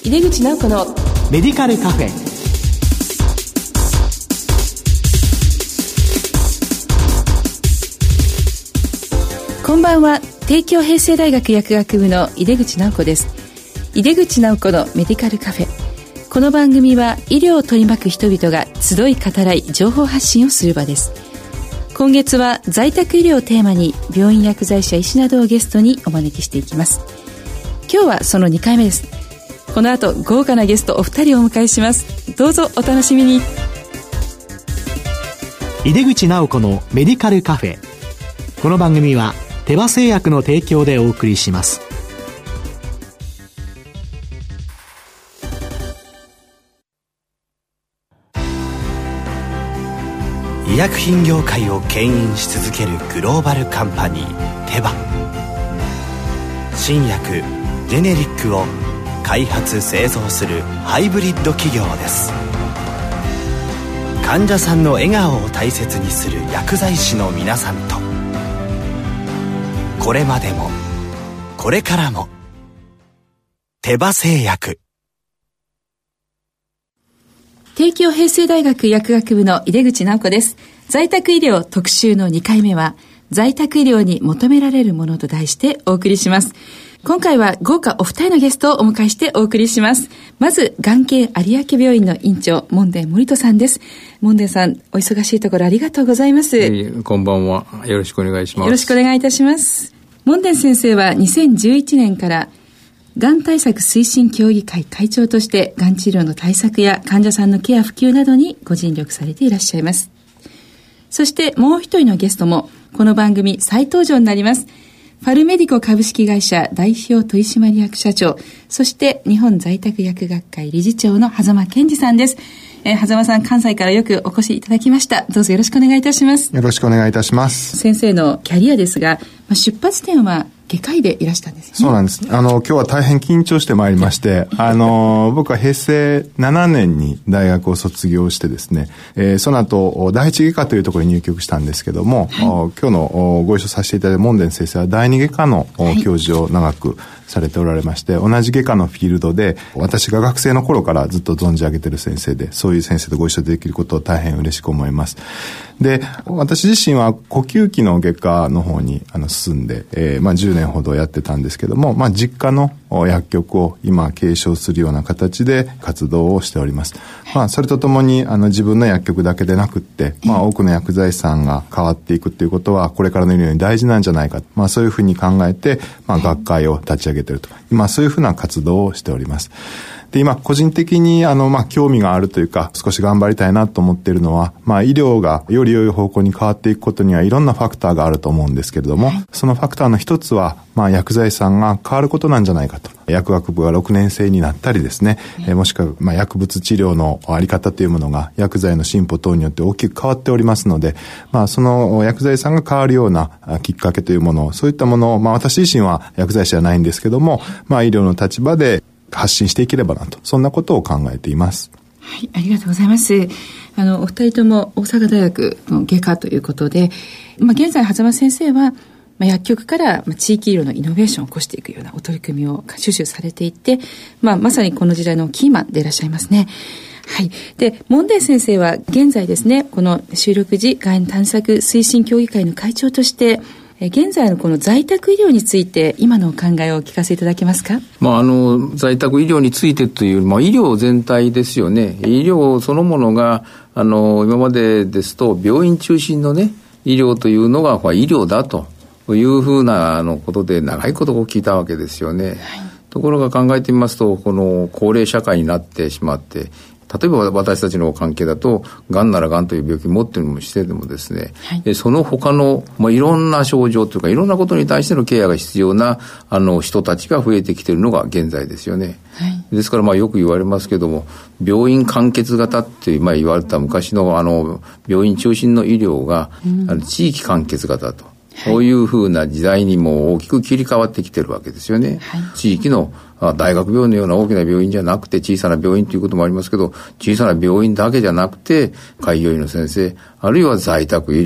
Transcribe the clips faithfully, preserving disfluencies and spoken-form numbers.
井出口直子のメディカルカフェ。 こんばんは。帝京平成大学薬学部の井出口直子です。井出口直子のメディカルカフェ。この番組は医療を取り巻く人々が集い語らい情報発信をする場です。今月は在宅医療をテーマに病院薬剤師や医師などをゲストにお招きしていきます。今日はそのにかいめです。この後豪華なゲストお二人をお迎えします。どうぞお楽しみに。 井出口直子のメディカルカフェ。この番組は手羽製薬の提供でお送りします。 医薬品業界を牽引し続けるグローバルカンパニーテバ。新薬ジェネリックを開発製造するハイブリッド企業です。患者さんの笑顔を大切にする薬剤師の皆さんと、これまでもこれからも手羽製薬。 帝京平成大学薬学部の井出口直子です。在宅医療特集のにかいめは、在宅医療に求められるものと題してお送りします。今回は豪華お二人のゲストをお迎えしてお送りします。まず、眼系有明病院の院長、門田森人さんです。門田さん、お忙しいところありがとうございます。 えー、こんばんは。よろしくお願いします。 よろしくお願いいたします。門田先生はにせんじゅういちねんからがん対策推進協議会会長としてがん治療の対策や患者さんのケア普及などにご尽力されていらっしゃいます。そしてもう一人のゲストもこの番組再登場になります。ファルメディコ株式会社代表取締役社長、そして日本在宅薬学会理事長の狭間健二さんです。えー、狭間さん、関西からよくお越しいただきました。どうぞよろしくお願いいたします。 よろしくお願いいたします。 先生のキャリアですが、まあ、出発点は外科医でいらしたんですね。 そうなんです。あの、今日は大変緊張してまいりまして、あの、僕は平成ななねんに大学を卒業してですね、えー、その後、第一外科というところに入局したんですけども、はい、今日のご一緒させていただいた門田先生は第二外科の教授を長くされておられまして、同じ外科のフィールドで、私が学生の頃からずっと存じ上げている先生で、そういう先生とご一緒できることを大変嬉しく思います。で、私自身は呼吸器の外科の方にあの進んで、えー、まあじゅうねんほどやってたんですけども、まあ実家の薬局を今継承するような形で活動をしております。まあそれとともにあの自分の薬局だけでなくって、まあ多くの薬剤師さんが変わっていくっていうことはこれからの医療に大事なんじゃないか。まあそういうふうに考えて、まあ学会を立ち上げていると。今そういうふうな活動をしております。で、今、個人的に、あの、まあ、興味があるというか、少し頑張りたいなと思っているのは、まあ、医療がより良い方向に変わっていくことにはいろんなファクターがあると思うんですけれども、そのファクターの一つは、まあ、薬剤師さんが変わることなんじゃないかと。薬学部がろくねん生になったりですね、えー、もしくは、まあ、薬物治療のあり方というものが、薬剤の進歩等によって大きく変わっておりますので、まあ、その薬剤師さんが変わるようなきっかけというものを、そういったものを、まあ、私自身は薬剤師じゃないんですけども、まあ、医療の立場で、発信していければなと、そんなことを考えています。 はい、ありがとうございます。あの、お二人とも大阪大学の外科ということで、まあ、現在、狭間先生は、まあ、薬局から、まあ、地域医療のイノベーションを起こしていくようなお取り組みを収集されていて、まあ、まさにこの時代のキーマンでいらっしゃいますね。はい。で、門田先生は現在ですね、この収録時、がん対策推進協議会の会長として、現在のこの在宅医療について今のお考えをお聞かせいただけますか。 まあ、あの在宅医療についてという、まあ、医療全体ですよね。医療そのものがあの今までですと病院中心のね医療というのが医療だというふうなあのことで長いことを聞いたわけですよね、はい、ところが考えてみますとこの高齢社会になってしまって例えば私たちの関係だと、がんならがんという病気を持っているしてでもですね、はい、でその他の、まあ、いろんな症状というか、いろんなことに対してのケアが必要なあの人たちが増えてきているのが現在ですよね。はい、ですから、まあ、よく言われますけども、病院完結型って、まあ、言われた昔のあの病院中心の医療が、うん、あの地域完結型と。そういうふうな時代にも大きく切り替わってきてるわけですよね。はい、地域の大学病院のような大きな病院じゃなくて小さな病院ということもありますけど、小さな病院だけじゃなくて開業医の先生、あるいは在宅医療と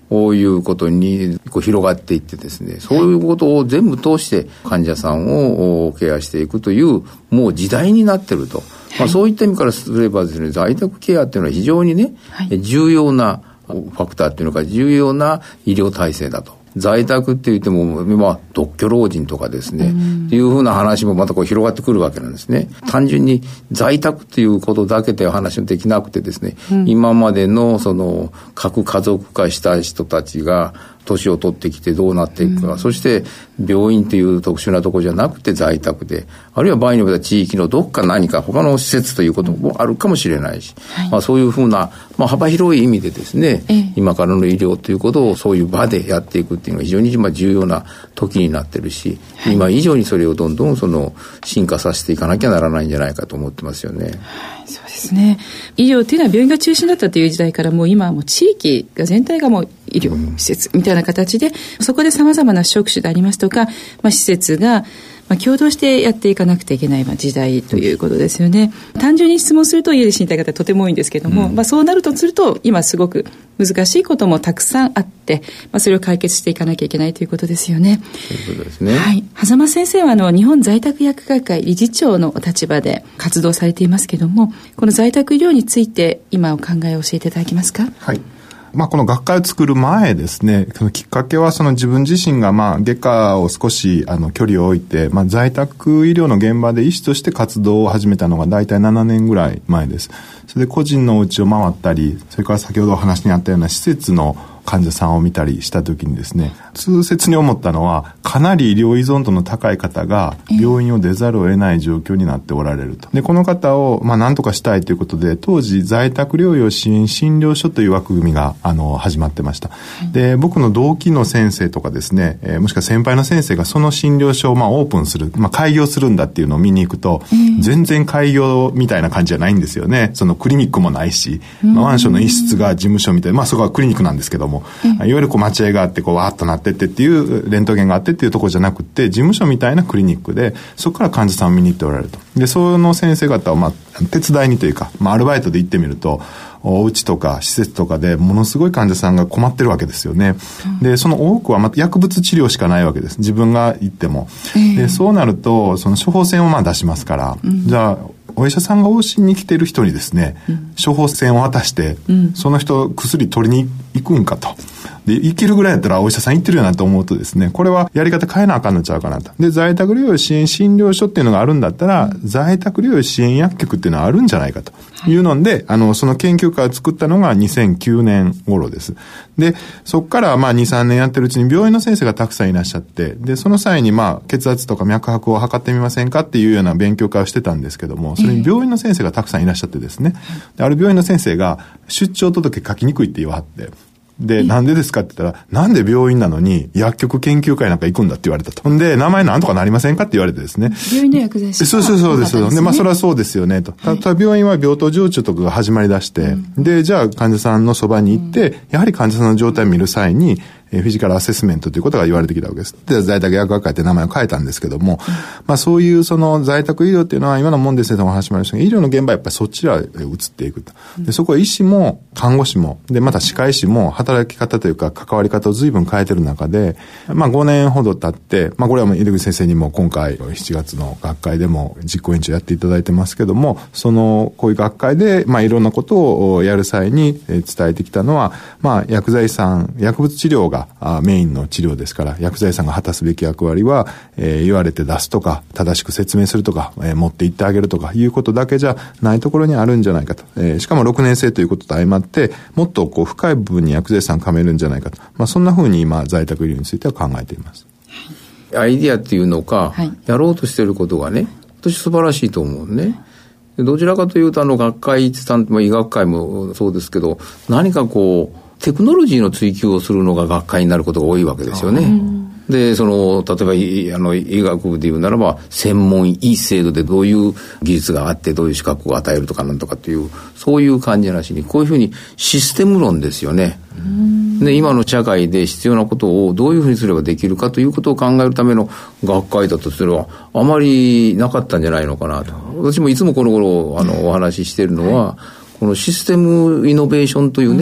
こういうことにこう広がっていってですね、そういうことを全部通して患者さんをケアしていくというもう時代になってると、はい、まあ、そういった意味からすればですね、在宅ケアっていうのは非常にね、はい、重要なファクターっていうのが重要な医療体制だと。在宅って言っても、まあ、独居老人とかですね、っていうふうな話もまたこう広がってくるわけなんですね。単純に在宅っていうことだけで話もできなくてですね、うん、今までのその核家族化した人たちが年を取ってきてどうなっていくか、うん、そして病院という特殊なところじゃなくて在宅で、あるいは場合によっては地域のどっか何か他の施設ということもあるかもしれないし、はい、まあ、そういうふうな、まあ、幅広い意味でですね、ええ、今からの医療ということをそういう場でやっていくっていうのが非常に今重要な時になってるし、はい、今以上にそれをどんどんその進化させていかなきゃならないんじゃないかと思ってますよね。 はい、そうですね。医療というのは病院が中心だったという時代からもう今はもう地域が全体がもう医療施設みたいな形で、うん、そこで様々な職種でありますとか、まあ、施設がまあ、共同してやっていかなくてはいけない、まあ、時代ということですよね。単純に質問すると家で死にたい方はとても多いんですけども、うん、まあ、そうなるとすると今すごく難しいこともたくさんあって、まあ、それを解決していかなきゃいけないということですよね。 そういうことですね。 はい。狭間先生はあの日本在宅薬学会理事長のお立場で活動されていますけども、この在宅医療について今お考えを教えていただけますか。 はい。まあ、この学会を作る前ですね、そのきっかけはその自分自身がまあ外科を少しあの距離を置いて、まあ、在宅医療の現場で医師として活動を始めたのが大体ななねんぐらい前です。それで個人のお家を回ったり、それから先ほどお話にあったような施設の患者さんを見たりしたときにですね、痛切に思ったのは、かなり医療依存度の高い方が病院を出ざるを得ない状況になっておられると。で、この方をまあ何とかしたいということで、当時在宅療養支援診療所という枠組みがあの始まってました。で、僕の同期の先生とかですね、えー、もしくは先輩の先生がその診療所をまあオープンする、まあ開業するんだっていうのを見に行くと、全然開業みたいな感じじゃないんですよね。そのクリニックもないし、まあ、マンションの一室が事務所みたいな、まあそこはクリニックなんですけども、いわゆるこう待合があってこうわーっとなってってっていうレントゲンがあってっていうところじゃなくて、事務所みたいなクリニックでそこから患者さんを見に行っておられると。で、その先生方をまあ手伝いにというか、まあアルバイトで行ってみると、お家とか施設とかでものすごい患者さんが困ってるわけですよね。うん、で、その多くはまた薬物治療しかないわけです。自分が行っても。えー、で、そうなるとその処方箋をまあ出しますから、うん、じゃあお医者さんが往診に来てる人にですね、うん、処方箋を渡して、うん、その人薬取りに行くんかと。で、行けるぐらいやったらお医者さん行ってるよなと思うとですね、これはやり方変えなあかんのちゃうかなと。で、在宅療養支援診療所っていうのがあるんだったら、うん、在宅療養支援薬局っていうのはあるんじゃないかというので、はい、あの、その研究会を作ったのがにせんきゅうねん頃です。で、そこからまあに、さんねんやってるうちに病院の先生がたくさんいらっしゃって、で、その際にまあ血圧とか脈拍を測ってみませんかっていうような勉強会をしてたんですけども、それに病院の先生がたくさんいらっしゃってですね、で、ある病院の先生が出張届書きにくいって言わはって、で、なんでですかって言ったら、なんで病院なのに薬局研究会なんか行くんだって言われたと。ほんで、名前なんとかなりませんかって言われてですね。 病院の薬剤師。 そうそうそうですよ。で、まあそれはそうですよねと。ただ病院は病棟常駐とかが始まり出して、うん、で、じゃあ患者さんのそばに行って、うん、やはり患者さんの状態を見る際に、フィジカルアセスメントということが言われてきたわけです。で、在宅薬学会って名前を変えたんですけども、うん、まあそういうその在宅医療っていうのは今のモンデ先生のお話もありましたが、医療の現場はやっぱりそちらへ移っていくと。で、そこは医師も看護師も、で、また歯科医師も働き方というか関わり方を随分変えてる中で、まあごねんほど経って、まあこれはもう井出口先生にも今回しちがつの学会でも実行委員長やっていただいてますけども、その、こういう学会で、まあいろんなことをやる際に伝えてきたのは、まあ薬剤師さん、薬物治療がメインの治療ですから、薬剤師さんが果たすべき役割は、えー、言われて出すとか、正しく説明するとか、えー、持って行ってあげるとかいうことだけじゃないところにあるんじゃないかと。えー、しかもろくねん生ということと相まって、もっとこう深い部分に薬剤師さん噛めるんじゃないかと。まあそんな風に今在宅医療については考えています。 アイディアっていうのか、はい、やろうとしていることがね、私素晴らしいと思うね。どちらかというとあの学会さん、まあ、医学会もそうですけど、何かこうテクノロジーの追求をするのが学会になることが多いわけですよね。で、その、例えば、あの、医学部で言うならば、専門医制度でどういう技術があって、どういう資格を与えるとかなんとかっていう、そういう感じなしに、こういうふうにシステム論ですよね。で、今の社会で必要なことをどういうふうにすればできるかということを考えるための学会だとすれば、あまりなかったんじゃないのかなと。私もいつもこの頃、あの、お話ししているのは、このシステムイノベーションというね、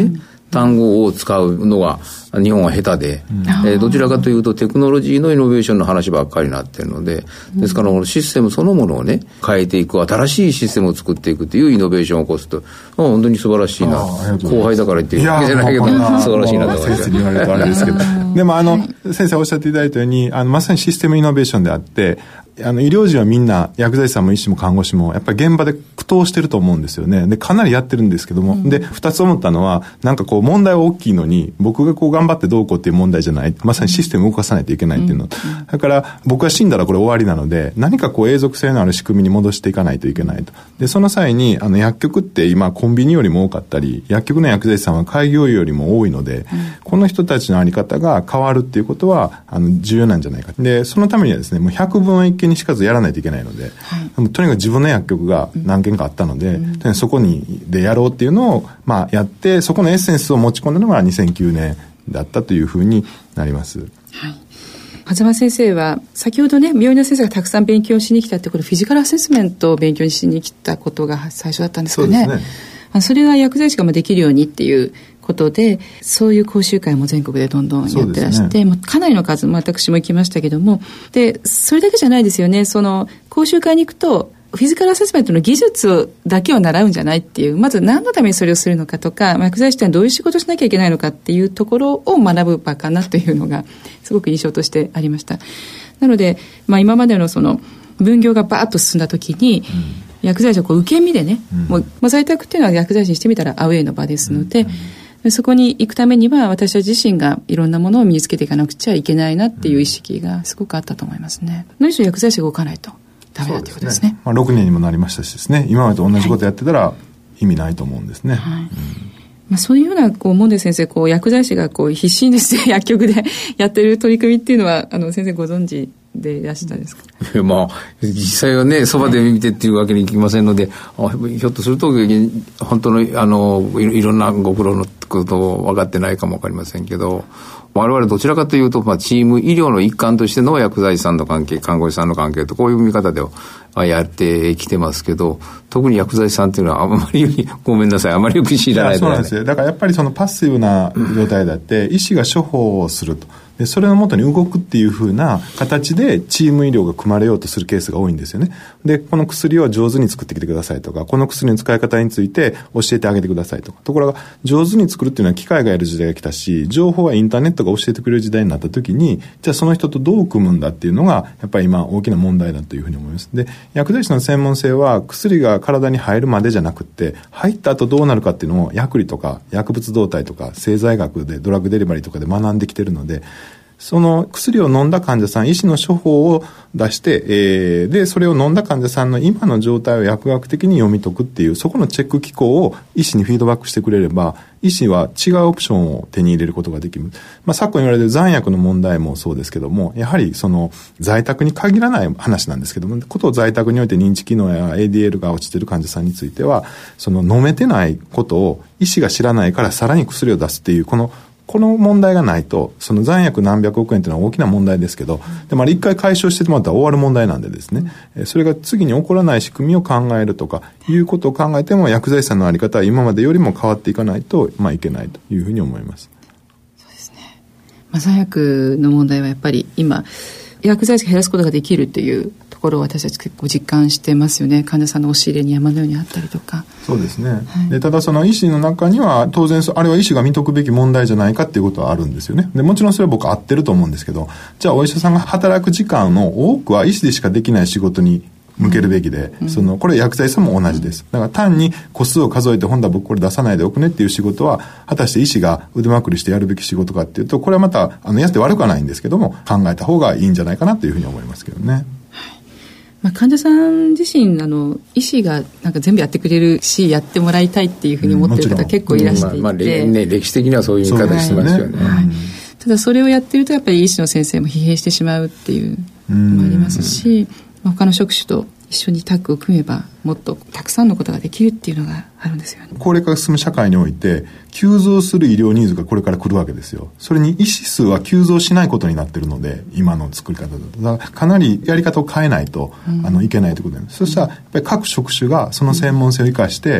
単語を使うのが日本は下手で、うん、えー、どちらかというとテクノロジーのイノベーションの話ばっかりになっているので、ですからシステムそのものをね変えていく、新しいシステムを作っていくというイノベーションを起こすと、本当に素晴らしいな、後輩だから言ってるわけじゃないけど、素晴らしいなと思います。 先生に言われるとあれですけどでもあの、はい、先生おっしゃっていただいたように、あのまさにシステムイノベーションであって、あの医療人はみんな薬剤師さんも医師も看護師もやっぱり現場で苦闘してると思うんですよね。でかなりやってるんですけども、うん、で二つ思ったのは、なんかこう問題は大きいのに僕がこう頑張ってどうこうっていう問題じゃない、まさにシステムを動かさないといけないっていうの、うん、だから僕が死んだらこれ終わりなので、何かこう永続性のある仕組みに戻していかないといけないと。でその際にあの薬局って今コンビニよりも多かったり、薬局の薬剤師さんは開業医よりも多いので、うん、この人たちのあり方が変わるっていうことはあの重要なんじゃないか。でそのためにはですね、もう百聞は一見にしかずやらないといけないので、はい、とにかく自分の薬局が何件かあったので、うん、そこにでやろうっていうのを、まあ、やって、そこのエッセンスを持ち込んだのがにせんきゅうねんだったというふうになります。はい。 狭間先生は先ほどね、病院の先生がたくさん勉強しに来たってこれフィジカルアセスメントを勉強しに来たことが最初だったんですかね。そうですね。それが薬剤師ができるようにっていうことで、そういう講習会も全国でどんどんやってらして、ね、もうかなりの数、私も行きましたけども、でそれだけじゃないですよね。その講習会に行くとフィジカルアセスメントの技術だけを習うんじゃないっていう、まず何のためにそれをするのかとか、薬剤師ってどういう仕事をしなきゃいけないのかっていうところを学ぶ場かなというのがすごく印象としてありました。なので、まあ、今までのその分業がバーッと進んだ時に、うん薬剤師はこう受け身でね、うんもうまあ、在宅っていうのは薬剤師にしてみたらアウェイの場ですので、うんうん、そこに行くためには私は自身がいろんなものを身につけていかなくちゃいけないなっていう意識がすごくあったと思いますね。何しろ薬剤師が動かないとダメだということですね。 そうですね。まあ、ろくねんにもなりましたしですね、今までと同じことやってたら意味ないと思うんですね。はいはい、うんまあ、そういうようなこう門出先生、こう薬剤師がこう必死にですね薬局でやってる取り組みっていうのはあの先生ご存知でいらしたんですか？ まあ実際はねそばで見てっていうわけにいきませんので、はい、ひょっとすると本当のあのいろんなご苦労のことを分かってないかも分かりませんけど、我々どちらかというと、まあ、チーム医療の一環としての薬剤師さんの関係、看護師さんの関係とこういう見方でやってきてますけど、特に薬剤師さんっていうのはあまりごめんなさいあまりよく知らない。 そうなんですよ。だからやっぱりそのパッシブな状態だって、うん、医師が処方をすると。でそれのもとに動くっていう風な形でチーム医療が組まれようとするケースが多いんですよね。でこの薬を上手に作ってきてくださいとか、この薬の使い方について教えてあげてくださいとか。ところが上手に作るっていうのは機械がやる時代が来たし、情報はインターネットが教えてくれる時代になった時に、じゃあその人とどう組むんだっていうのがやっぱり今大きな問題だというふうに思います。で薬剤師の専門性は薬が体に入るまでじゃなくって、入った後どうなるかっていうのを薬理とか薬物動態とか製剤学でドラッグデリバリーとかで学んできてるので、その薬を飲んだ患者さん、医師の処方を出して、えー、でそれを飲んだ患者さんの今の状態を薬学的に読み解くっていう、そこのチェック機構を医師にフィードバックしてくれれば、医師は違うオプションを手に入れることができる。まあ、昨今言われている残薬の問題もそうですけども、やはりその在宅に限らない話なんですけども、ことを在宅において認知機能や エーディーエル が落ちている患者さんについては、その飲めてないことを医師が知らないからさらに薬を出すっていう、このこの問題がないと、その残薬何百億円というのは大きな問題ですけど、でも一回解消してもらったら終わる問題なんでですね、それが次に起こらない仕組みを考えるとかいうことを考えても、薬剤師さんのあり方は今までよりも変わっていかないと、まあ、いけないというふうに思います。 そうですね。まあ、残薬の問題はやっぱり今薬剤師が減らすことができるというところを私たち結構実感してますよね。患者さんの押し入れに山のようにあったりとか。 そうですね、はい、でただその医師の中には当然あれは医師が見とくべき問題じゃないかっていうことはあるんですよね。でもちろんそれは僕合ってると思うんですけど、じゃあお医者さんが働く時間の多くは医師でしかできない仕事に向けるべきで、うん、そのこれ薬剤師さんも同じです。だから単に個数を数えて今度は僕これ出さないでおくねっていう仕事は、果たして医師が腕まくりしてやるべき仕事かっていうと、これはまたあのやって悪くはないんですけども、考えた方がいいんじゃないかなというふうに思いますけどね。 まあ、患者さん自身あの医師がなんか全部やってくれるし、やってもらいたいっていうふうに思ってる方結構いらしていて、 うんまあまあね、歴史的にはそういう言い方してますよね、はいはい、 ただそれをやってるとやっぱり医師の先生も疲弊してしまうっていうのもありますし、まあ、他の職種と一緒にタッグを組めばもっとたくさんのことができるっていうのがあるんですよね。 高齢化が進む社会において急増する医療ニーズがこれから来るわけですよ。それに医師数は急増しないことになっているので、今の作り方だとだからかなりやり方を変えないと、うん、あのいけないということです。そしたらやっぱり各職種がその専門性を生かして、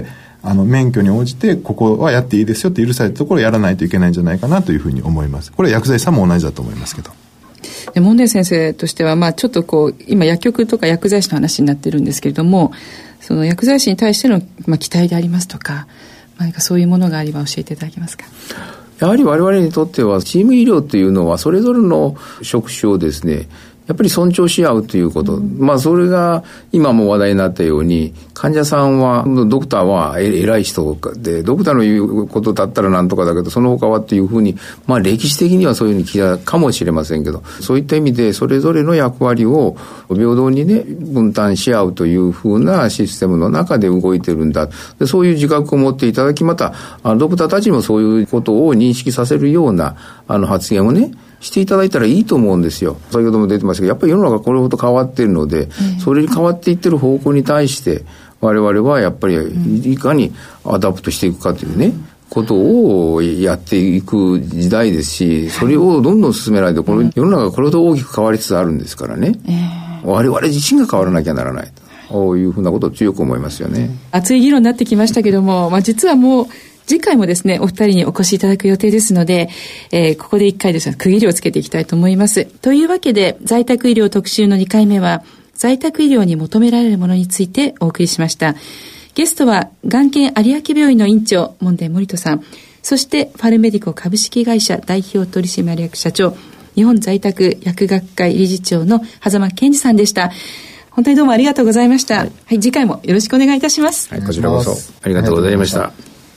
あの免許に応じてここはやっていいですよって許されたところをやらないといけないんじゃないかなというふうに思います。これは薬剤師さんも同じだと思いますけど。 で門田先生としては、まあ、ちょっとこう今薬局とか薬剤師の話になってるんですけれども、その薬剤師に対しての、まあ、期待でありますとか、何かそういうものがあれば教えていただけますか。 やはり我々にとってはチーム医療というのはそれぞれの職種をですねやっぱり尊重し合うということ、うん、まあそれが今も話題になったように患者さんはドクターは偉い人でドクターの言うことだったらなんとかだけどその他はっていうふうにまあ歴史的にはそういうふうに聞いたかもしれませんけどそういった意味でそれぞれの役割を平等にね分担し合うというふうなシステムの中で動いてるんだでそういう自覚を持っていただきまたドクターたちにもそういうことを認識させるようなあの発言をねしていただいたらいいと思うんですよ。先ほども出てましたけどやっぱり世の中これほど変わっているので、うん、それに変わっていってる方向に対して我々はやっぱりいかにアダプトしていくかというね、うん、ことをやっていく時代ですしそれをどんどん進めないとこの世の中がこれほど大きく変わりつつあるんですからね、うん、我々自身が変わらなきゃならないというふうなことを強く思いますよね。 熱い議論になってきましたけども、まあ、実はもう次回もですね、お二人にお越しいただく予定ですので、えー、ここで一回ですね、区切りをつけていきたいと思います。というわけで、在宅医療特集のにかいめは、在宅医療に求められるものについてお送りしました。ゲストは、眼研有明病院の院長、門田森人さん、そして、ファルメディコ株式会社代表取締役社長、日本在宅薬学会理事長の狭間健二さんでした。本当にどうもありがとうございました。はい、はい、次回もよろしくお願いいたします。 はい、こちらこそありがとうございました。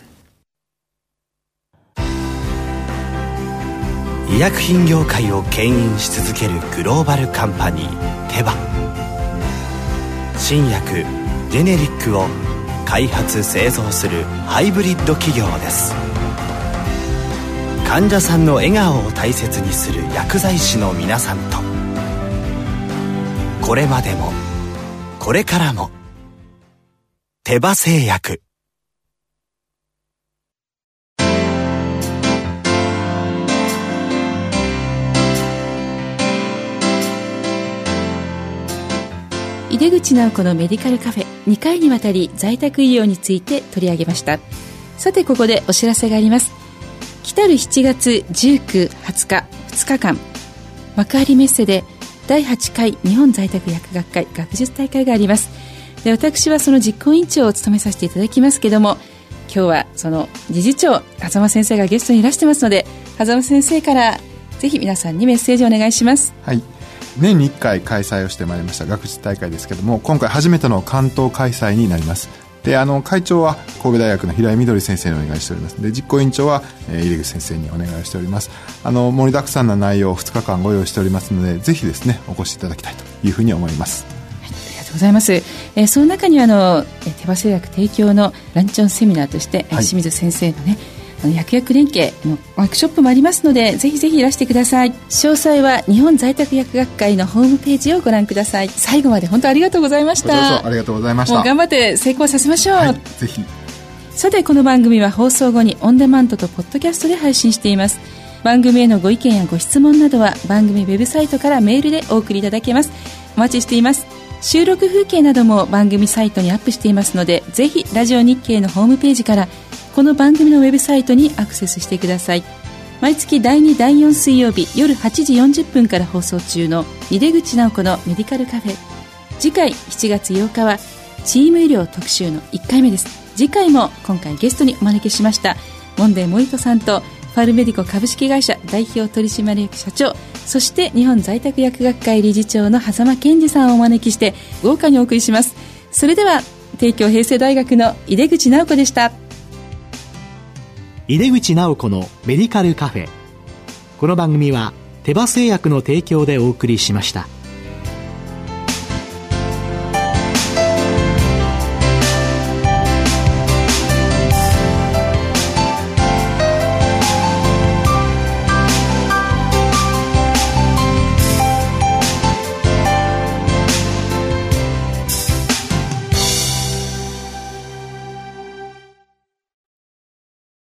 医薬品業界を牽引し続けるグローバルカンパニーテバ新薬ジェネリックを開発製造するハイブリッド企業です。患者さんの笑顔を大切にする薬剤師の皆さんとこれまでもこれからもテバ製薬井出口直子のメディカルカフェにかいにわたり在宅医療について取り上げました。さてここでお知らせがあります。来たるしちがつじゅうく、はつかふつかかん幕張メッセでだいはちかい日本在宅薬学会学術大会があります。で私はその実行委員長を務めさせていただきますけども今日はその理事長狭間先生がゲストにいらしてますので狭間先生からぜひ皆さんにメッセージをお願いします。 はい、年にいっかい開催をしてまいりました学術大会ですけども今回初めての関東開催になります。であの会長は神戸大学の平井みどり先生にお願いしております。で実行委員長は、えー、入口先生にお願いしております。あの盛りだくさんな内容をふつかかんご用意しておりますのでぜひですねお越しいただきたいというふうに思います。 はい、ありがとうございます。えー、その中にはあの手羽製薬提供のランチョンセミナーとして、はい、清水先生のね薬薬連携のワークショップもありますのでぜひぜひいらしてください。詳細は日本在宅薬学会のホームページをご覧ください。最後まで本当ありがとうございました。 こちらこそありがとうございました。 もう頑張って成功させましょう。 はい、ぜひ。 さてこの番組は放送後にオンデマンドとポッドキャストで配信しています。番組へのご意見やご質問などは番組ウェブサイトからメールでお送りいただけます。お待ちしています。収録風景なども番組サイトにアップしていますのでぜひラジオ日経のホームページからこの番組のウェブサイトにアクセスしてください。毎月だいにだいよん水曜日夜はちじよんじゅっぷんから放送中の井出口直子のメディカルカフェ。次回しちがつようかはチーム医療特集のいっかいめです。次回も今回ゲストにお招きしました門田森人さんとファルメディコ株式会社代表取締役社長そして日本在宅薬学会理事長の狭間健二さんをお招きして豪華にお送りします。それでは帝京平成大学の井出口直子でした。 井出口直子のメディカルカフェ。この番組は手羽製薬の提供でお送りしました。